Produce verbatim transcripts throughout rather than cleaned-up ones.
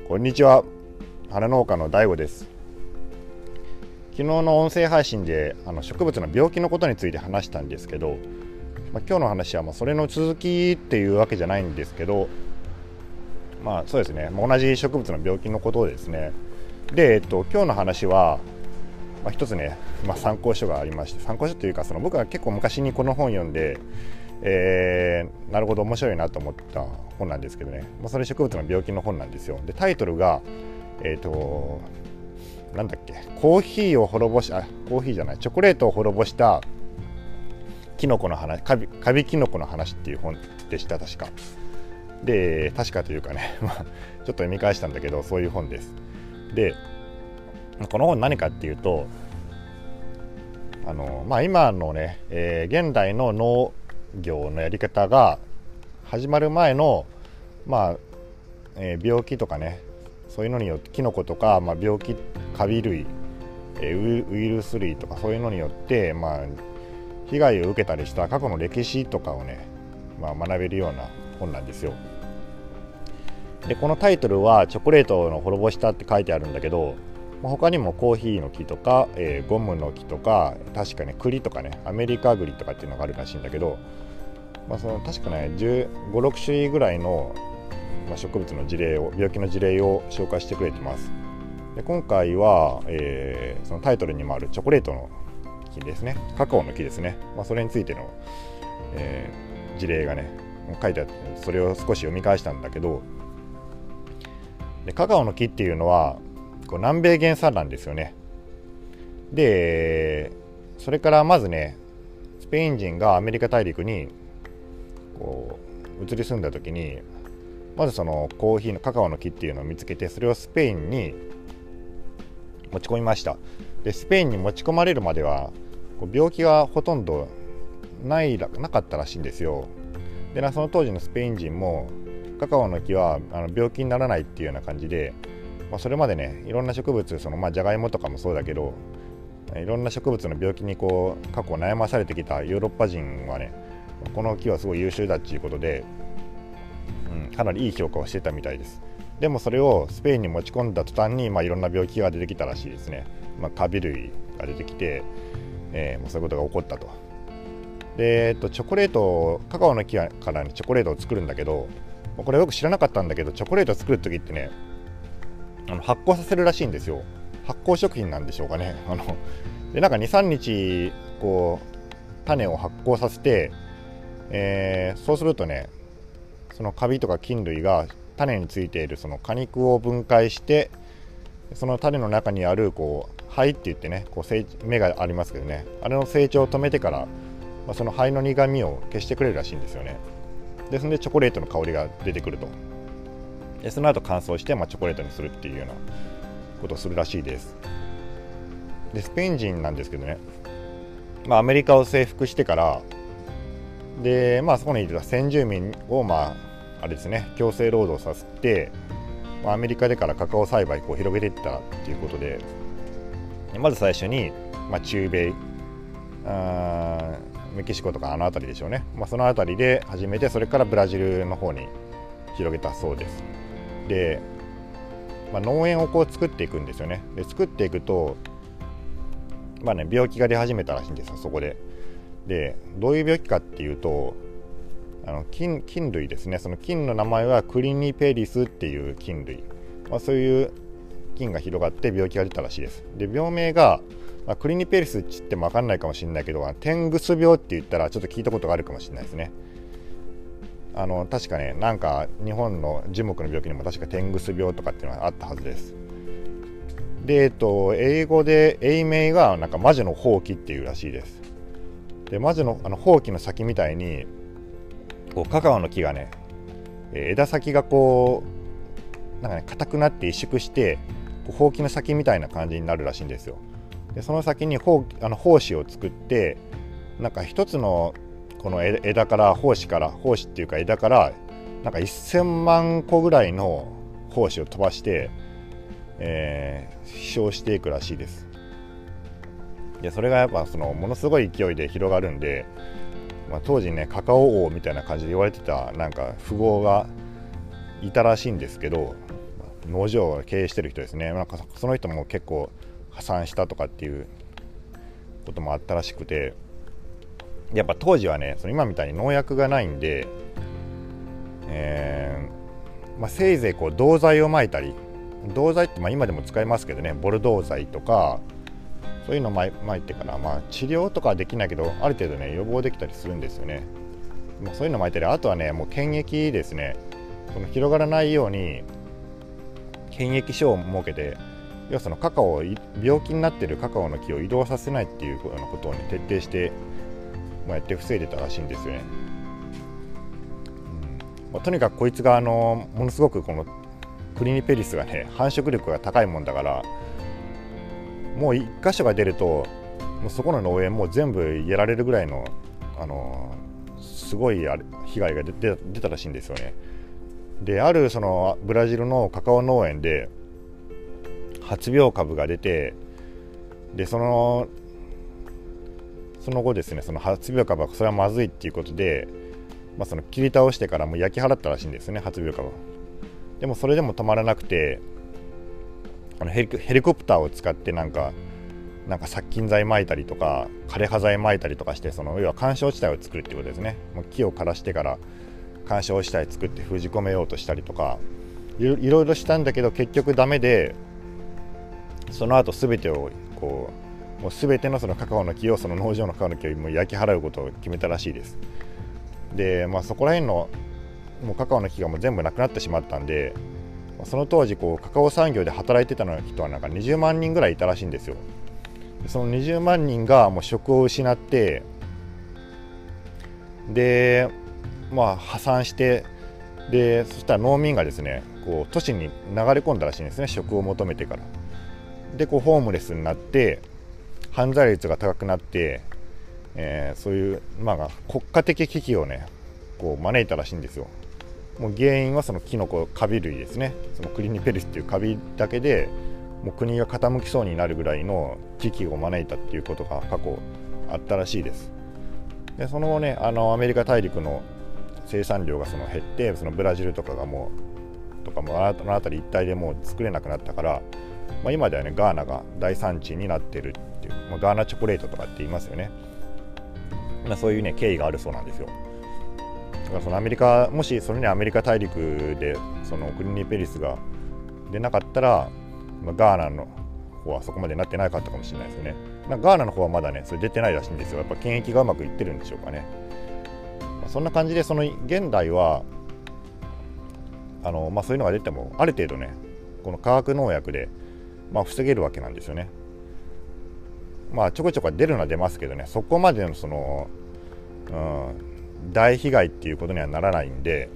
こんにちは、花農家の大悟です。昨日の音声配信であの植物の病気のことについて話したんですけど、まあ、今日の話はまあそれの続きっていうわけじゃないんですけど、まあそうですね、同じ植物の病気のことですね。で、えっと、今日の話は、まあ、一つね、まあ、参考書がありまして、参考書というかその僕は結構昔にこの本読んで、えー、なるほど面白いなと思った本なんですけどね、まあ、それ植物の病気の本なんですよ。でタイトルがえっとなんだっけ、コーヒーを滅ぼしあコーヒーじゃないチョコレートを滅ぼしたキノコの話、カビ、カビキノコの話っていう本でした。確かで確かというかねまあちょっと読み返したんだけど、そういう本です。でこの本何かっていうと、あの、まあ、今のね、えー、現代の農業のやり方が始まる前の、まあえー、病気とかね、そういうのによってキノコとか、まあ、病気、カビ類、えー、ウイルス類とかそういうのによって、まあ、被害を受けたりした過去の歴史とかをね、まあ、学べるような本なんですよ。でこのタイトルはチョコレートの滅ぼしたって書いてあるんだけど、他にもコーヒーの木とか、えー、ゴムの木とか、確かね栗とかね、アメリカ栗とかっていうのがあるらしいんだけど、まあ、その確かねじゅうご、ろく種類ぐらいの、まあ、植物の事例を、病気の事例を紹介してくれてます。で今回は、えー、そのタイトルにもあるチョコレートの木ですね、カカオの木ですね、まあ、それについての、えー、事例がね書いてあって、それを少し読み返したんだけど、でカカオの木っていうのはこう南米原産なんですよね。でそれからまずね、スペイン人がアメリカ大陸にこう移り住んだ時に、まずそのコーヒーのカカオの木っていうのを見つけて、それをスペインに持ち込みました。でスペインに持ち込まれるまではこう病気がほとんどないなかったらしいんですよ。でその当時のスペイン人もカカオの木はあの病気にならないっていうような感じで、まあ、それまでねいろんな植物、そのまあジャガイモとかもそうだけど、いろんな植物の病気にこう過去悩まされてきたヨーロッパ人はね、この木はすごい優秀だっていうことで、うん、かなりいい評価をしてたみたいです。でもそれをスペインに持ち込んだ途端に、まあ、いろんな病気が出てきたらしいですね。まあ、カビ類が出てきて、えー、もうそういうことが起こったと。で、えっと、チョコレート、カカオの木から、ね、チョコレートを作るんだけど、これよく知らなかったんだけど、チョコレートを作るときってね、あの発酵させるらしいんですよ。発酵食品なんでしょうかね。あのでなんかに、さんにちこう種を発酵させて、えー、そうするとね、そのカビとか菌類が種についているその果肉を分解して、その種の中にあるこう胚って言ってね、こう成芽がありますけどね、あれの成長を止めてから、まあ、その胚の苦みを消してくれるらしいんですよね。ですのでチョコレートの香りが出てくると。でその後乾燥して、まあ、チョコレートにするっていうようなことをするらしいです。でスペイン人なんですけどね、まあ、アメリカを征服してからで、まあ、そこにいた先住民を、まあ、あれですね、強制労働させて、まあ、アメリカでからカカオ栽培を広げていったっていうことで、まず最初に、まあ、中米、あメキシコとかあの辺りでしょうね、まあ、その辺りで始めて、それからブラジルの方に広げたそうです。で、まあ、農園をこう作っていくんですよね。で作っていくと、まあね、病気が出始めたらしいんですよ、そこで。でどういう病気かっていうと、あの 菌, 菌類ですね。その菌の名前はクリニペリスっていう菌類、まあ、そういう菌が広がって病気が出たらしいです。で病名が、まあ、クリニペリスって言っても分かんないかもしれないけど、テングス病って言ったらちょっと聞いたことがあるかもしれないですね。あの確かね、なんか日本の樹木の病気にも確かテングス病とかっていうのがあったはずです。で、えっと、英語で英名がなんか魔女のほうきっていうらしいです。で魔女のあのほうきの先みたいにこうカカオの木がね、枝先がこうなんかね硬くなって萎縮して、ほうきの先みたいな感じになるらしいんですよ。でその先にほうあの胞子を作って、なんか一つのこの枝から胞子から胞子っていうか枝からなんかせんまんこぐらいの胞子を飛ばして、えー、飛翔していくらしいです。でそれがやっぱそのものすごい勢いで広がるんで、まあ、当時ねカカオ王みたいな感じで言われてたなんか富豪がいたらしいんですけど、 農場を経営してる人ですね。なんかその人も結構破産したとかっていうこともあったらしくて、やっぱ当時はね、その今みたいに農薬がないんで、えーまあ、せいぜいこう銅剤をまいたり、銅剤ってまあ今でも使いますけどね、ボルドー剤とかそういうのをまいてから、まあ、治療とかはできないけどある程度ね予防できたりするんですよね。まあ、そういうのをまいたり、あとはねもう検疫ですね、その広がらないように検疫所を設けて、要はそのカカオを病気になっているカカオの木を移動させないっていうようなことを、ね、徹底して、まあ、やって防いでたらしいんですよね。うんまあ、とにかくこいつがあのものすごくこのクリニペリスがね繁殖力が高いもんだから、もう一箇所が出るともうそこの農園も全部やられるぐらいの、あのすごい被害が出て出たらしいんですよね。であるそのブラジルのカカオ農園で発病株が出て、でそのその後ですね、その発病株はそれはまずいっていうことで、まあ、その切り倒してからもう焼き払ったらしいんですよね、発病株。でもそれでも止まらなくて、あのヘリ、ヘリコプターを使ってなんかなんか殺菌剤撒いたりとか枯葉剤撒いたりとかして、その要は緩衝地帯を作るっていうことですね。もう木を枯らしてから緩衝地帯作って封じ込めようとしたりとかいろいろしたんだけど結局ダメで、その後全てをこうもう全てのそのカカオの木をその農場のカカオの木をもう焼き払うことを決めたらしいです。で、まあ、そこら辺のもうカカオの木がもう全部なくなってしまったんで、その当時こうカカオ産業で働いてたの人はなんかにじゅうまんにんぐらいいたらしいんですよ。でそのにじゅうまんにんがもう職を失って、でまあ破産して、でそしたら農民がですねこう都市に流れ込んだらしいんですね、職を求めてから。でこうホームレスになって犯罪率が高くなって、えー、そういう、まあ、国家的危機をねこう招いたらしいんですよ。もう原因はそのキノコカビ類ですね。そのクリニペリスっていうカビだけでもう国が傾きそうになるぐらいの危機を招いたっていうことが過去あったらしいです。でその後ね、あのアメリカ大陸の生産量がその減って、そのブラジルとかがもうとかもあの辺り一帯でもう作れなくなったから、まあ、今ではねガーナが大産地になってるっていう、まあ、ガーナチョコレートとかって言いますよね。まあ、そういうね経緯があるそうなんですよ。だからそのアメリカ、もしそれにアメリカ大陸でそのクリニペリスが出なかったら、まあ、ガーナの方はそこまでなってなかったかもしれないですよね。ガーナの方はまだねそれ出てないらしいんですよ。やっぱ検疫がうまくいってるんでしょうかね。まあ、そんな感じでその現代はあの、まあ、そういうのが出てもある程度ねこの化学農薬で、まあ、防げるわけなんですよね。まあちょこちょこ出るのは出ますけどね、そこまでのその、うん、大被害っていうことにはならないんで、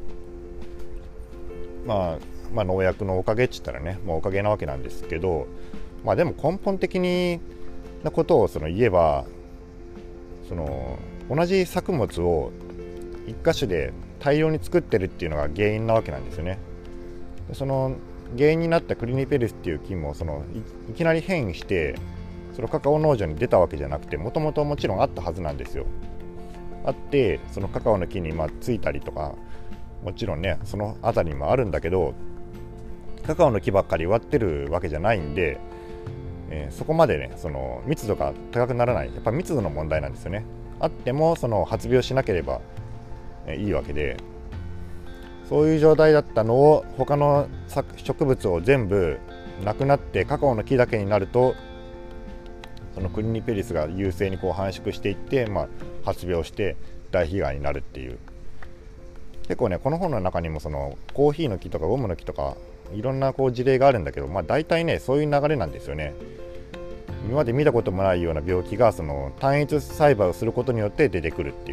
まあ、まあ農薬のおかげって言ったらね、まあ、おかげなわけなんですけど、まあでも根本的になことをその言えば、その同じ作物を一箇所で大量に作ってるっていうのが原因なわけなんですよね。その原因になったクリニペリスっていう菌もその い, いきなり変異してそのカカオ農場に出たわけじゃなくて、もともともちろんあったはずなんですよ。あって、そのカカオの木にまあついたりとか、もちろんねその辺りにもあるんだけど、カカオの木ばっかり植わってるわけじゃないんで、えー、そこまでねその密度が高くならない、やっぱ密度の問題なんですよね。あってもその発病しなければ、えー、いいわけで、そういう状態だったのを他の植物を全部なくなってカカオの木だけになると、そのクリニペリスが優勢にこう繁殖していって、まあ、発病して大被害になるっていう。結構ねこの本の中にもそのコーヒーの木とかゴムの木とかいろんなこう事例があるんだけど、まあ、大体ねそういう流れなんですよね。今まで見たこともないような病気がその単一栽培をすることによって出てくるっていう、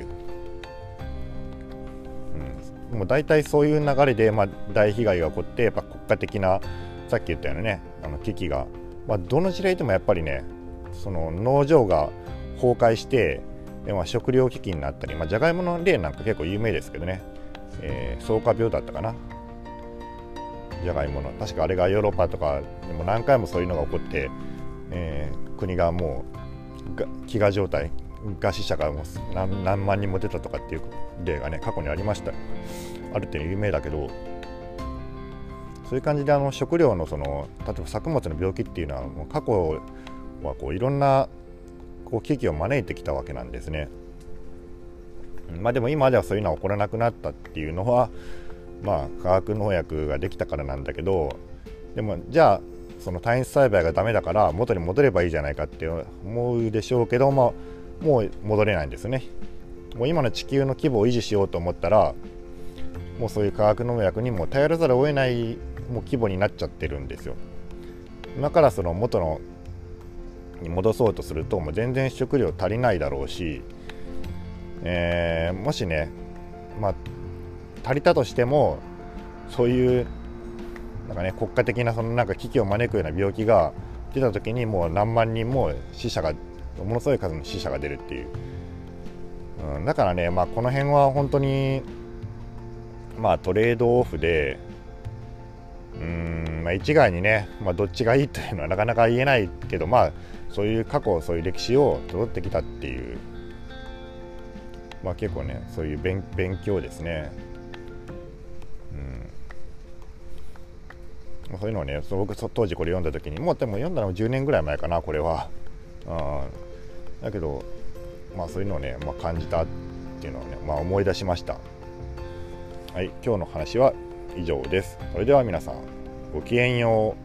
うん、もう大体そういう流れで、まあ、大被害が起こって、やっぱ国家的なさっき言ったようなねあの危機が、まあ、どの事例でもやっぱりねその農場が崩壊して、まあ、食糧危機になったり、まあ、じゃがいもの例なんか結構有名ですけどね、えー、草加病だったかな、じゃがいもの、確かあれがヨーロッパとかでも何回もそういうのが起こって、えー、国がもう飢餓状態、餓死者がもう 何, 何万人も出たとかっていう例がね過去にありました。ある程度有名だけど、そうそういう感じであの食料のその例えば作物の病気っていうのはもう過去はこういろんなこう危機を招いてきたわけなんですね。まあでも今ではそういうのは起こらなくなったっていうのはまあ化学農薬ができたからなんだけど、でもじゃあその単一栽培がダメだから元に戻ればいいじゃないかって思うでしょうけども、もう戻れないんですね。もう今の地球の規模を維持しようと思ったらもうそういう化学農薬にも頼らざるを得ないもう規模になっちゃってるんですよ。今からその元のに戻そうとするともう全然食料足りないだろうし、えー、もしね、まあ、足りたとしてもそういうなんか、ね、国家的なそのなんか危機を招くような病気が出た時にもう何万人も死者がものすごい数の死者が出るっていう、うん、だからね、まあ、この辺は本当に、まあ、トレードオフでうーん、まあ、一概にね、まあ、どっちがいいというのはなかなか言えないけど、まあ、そういう過去そういう歴史をたどってきたっていう、まあ、結構ねそういう 勉, 勉強ですね。うん、そういうのをね僕当時これ読んだ時にもうでも読んだのもじゅうねんぐらい前かなこれは。あだけど、まあ、そういうのをね、まあ、感じたっていうのをね、まあ、思い出しました。はい、今日の話は以上です。それでは皆さんごきげんよう。